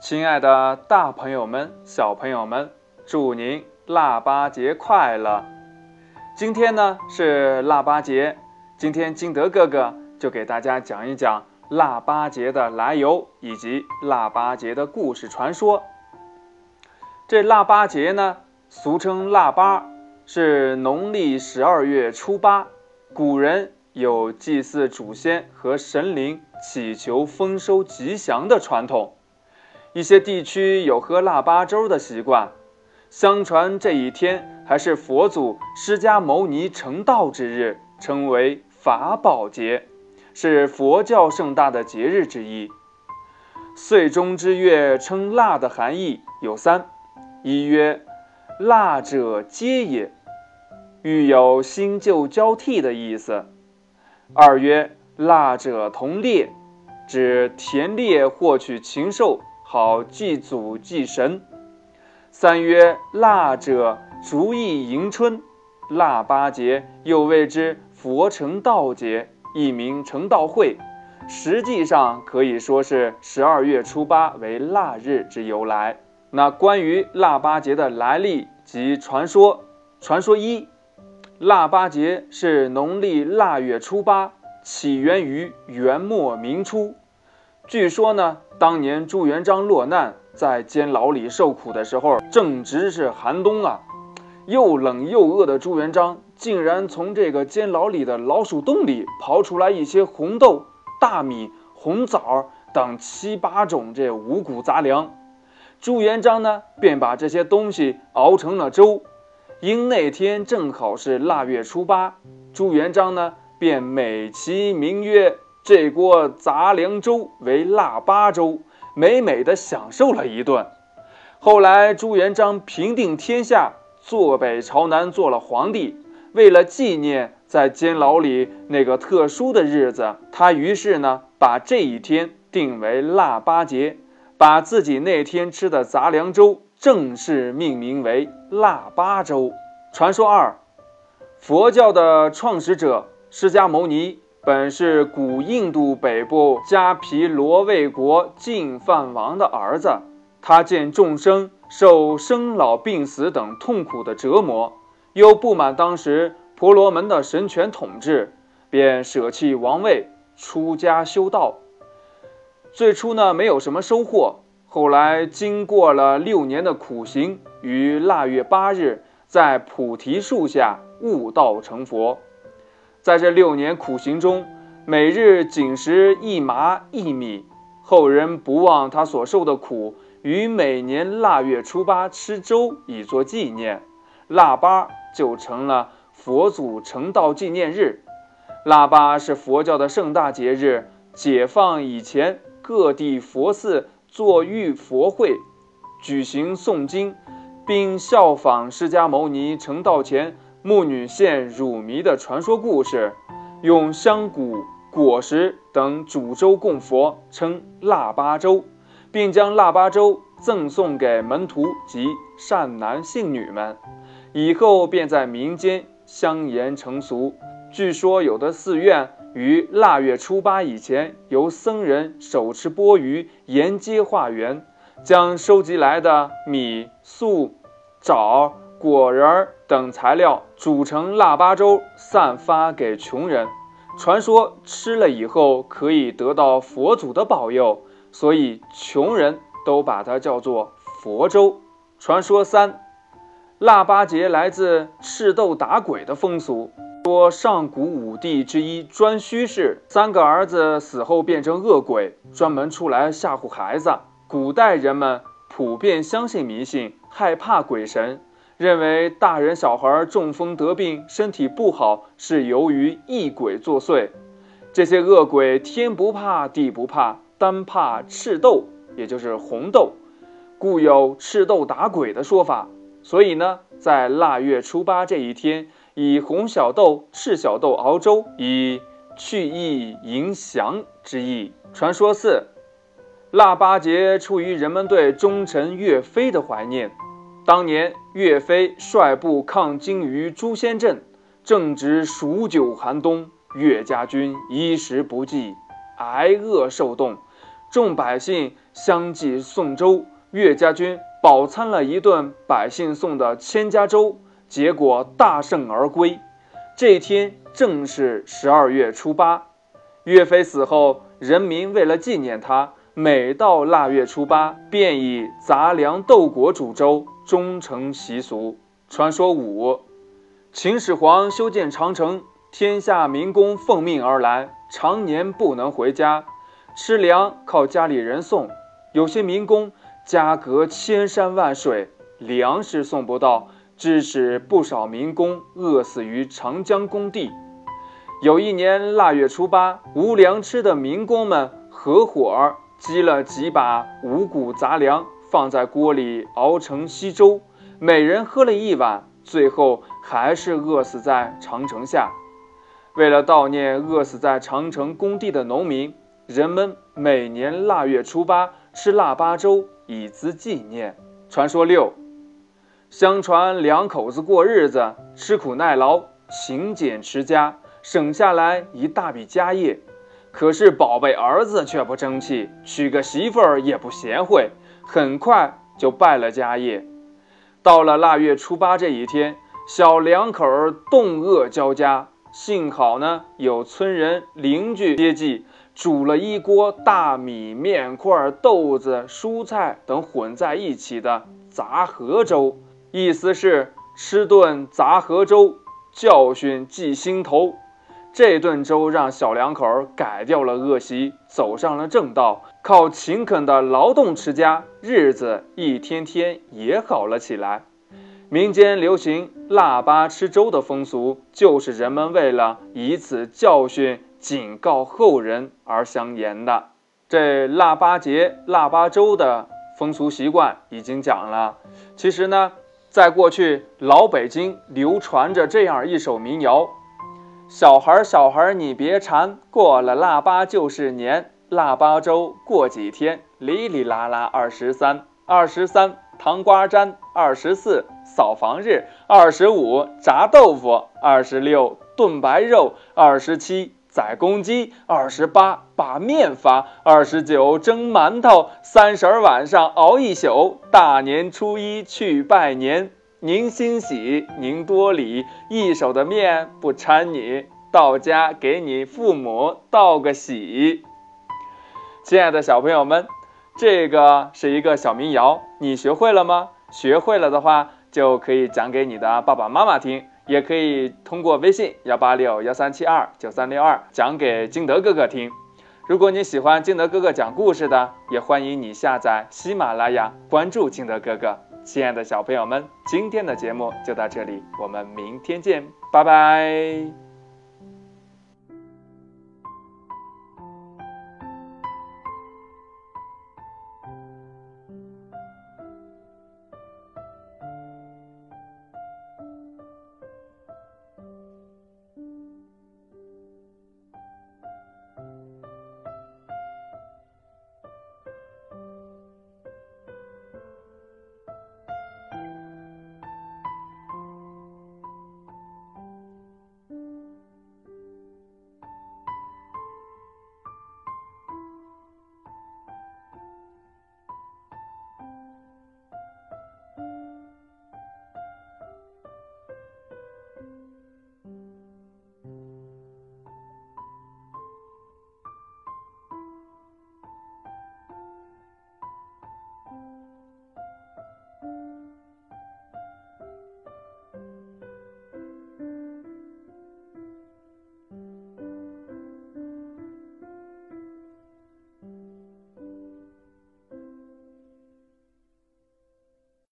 亲爱的大朋友们、小朋友们，祝您腊八节快乐！今天呢是腊八节，今天金德哥哥就给大家讲一讲腊八节的来由以及腊八节的故事传说。这腊八节呢，俗称腊八，是农历12月初8，古人有祭祀祖先和神灵，祈求丰收吉祥的传统。一些地区有喝腊八粥的习惯，相传这一天还是佛祖释迦牟尼成道之日，称为法宝节，是佛教盛大的节日之一。岁中之月称腊的含义有三：一曰腊者皆也，寓有新旧交替的意思；二曰腊者同猎，指田猎获取禽兽，好祭祖祭神；三曰腊者逐意迎春，腊八节又谓之佛成道节，亦名成道会，实际上可以说是12月初8为腊日之由来。那关于腊八节的来历及传说，传说一，腊八节是农历腊月初8，起源于元末明初。据说呢，当年朱元璋落难，在监牢里受苦的时候，正值是寒冬啊，又冷又饿的朱元璋竟然从这个监牢里的老鼠洞里刨出来一些红豆、大米、红枣等7、8种这五谷杂粮。朱元璋呢，便把这些东西熬成了粥。因那天正好是腊月初8，朱元璋呢便美其名曰这锅杂粮粥为腊八粥，美美的享受了一顿。后来朱元璋平定天下，坐北朝南做了皇帝，为了纪念在监牢里那个特殊的日子，他于是呢把这一天定为腊八节，把自己那天吃的杂粮粥正式命名为腊八粥。传说二，佛教的创始者释迦牟尼本是古印度北部迦毗罗卫国净饭王的儿子，他见众生受生老病死等痛苦的折磨，又不满当时婆罗门的神权统治，便舍弃王位，出家修道。最初呢没有什么收获，后来经过了6年的苦行，于腊月8日在菩提树下悟道成佛。在这6年苦行中，每日仅食1麻1米，后人不忘他所受的苦，于每年腊月初8吃粥以作纪念，腊八就成了佛祖成道纪念日。腊八是佛教的盛大节日，解放以前，各地佛寺做浴佛会，举行诵经，并效仿释迦牟尼成道前牧女献乳糜的传说故事，用香谷、果实等煮粥供佛，称腊八粥，并将腊八粥赠送给门徒及善男信女们，以后便在民间相沿成俗。据说有的寺院于腊月初8以前，由僧人手持钵盂沿街化缘，将收集来的米、粟、枣、果仁等材料煮成腊八粥，散发给穷人。传说吃了以后可以得到佛祖的保佑，所以穷人都把它叫做佛粥。传说三，腊八节来自赤豆打鬼的风俗。说上古5帝之一颛顼氏3个儿子死后变成恶鬼，专门出来吓唬孩子。古代人们普遍相信迷信，害怕鬼神，认为大人小孩中风得病身体不好是由于异鬼作祟。这些恶鬼天不怕地不怕，单怕赤豆，也就是红豆，故有赤豆打鬼的说法。所以呢，在腊月初8这一天，以红小豆、赤小豆熬粥，以去疫迎祥之意。传说四，腊八节出于人们对忠臣岳飞的怀念。当年岳飞率部抗金于朱仙镇，正值数9寒冬，岳家军衣食不济，挨饿受冻， 众百姓相继送粥，岳家军饱餐了一顿百姓送的千家粥，结果大胜而归。这天正是12月初8。岳飞死后，人民为了纪念他，每到腊月初8，便以杂粮豆果煮粥，终成习俗。传说5，秦始皇修建长城，天下民工奉命而来，常年不能回家，吃粮靠家里人送。有些民工家隔千山万水，粮食送不到，致使不少民工饿死于长江工地。有一年腊月初8，无粮吃的民工们合伙积了几把五谷杂粮，放在锅里熬成稀粥，每人喝了1碗，最后还是饿死在长城下。为了悼念饿死在长城工地的农民，人们每年腊月初8吃腊八粥，以资纪念。传说6，相传2口子过日子，吃苦耐劳，勤俭持家，省下来一大笔家业。可是宝贝儿子却不争气，娶个媳妇儿也不贤惠，很快就败了家业。到了腊月初8这一天，小2口冻饿交加，幸好呢有村人邻居接济，煮了一锅大米、面块、豆子、蔬菜等混在一起的杂合粥，意思是吃顿杂合粥，教训记心头。这顿粥让小2口改掉了恶习，走上了正道，靠勤恳的劳动持家，日子一天天也好了起来。民间流行腊八吃粥的风俗，就是人们为了以此教训警告后人而相沿的。这腊八节腊八粥的风俗习惯已经讲了。其实呢，在过去老北京流传着这样一首民谣：小孩小孩你别馋，过了腊八就是年，腊八粥过几天，哩哩啦啦23糖瓜粘，24扫房日，25炸豆腐，26炖白肉，27宰公鸡，28把面发，29蒸馒头，30晚上熬一宿，大年初1去拜年。您欣喜您多礼，一手的面不掺你，到家给你父母道个喜。亲爱的小朋友们，这个是一个小民谣，你学会了吗？学会了的话，就可以讲给你的爸爸妈妈听，也可以通过微信18613729362讲给金德哥哥听。如果你喜欢金德哥哥讲故事的，也欢迎你下载喜马拉雅，关注金德哥哥。亲爱的小朋友们，今天的节目就到这里，我们明天见，拜拜。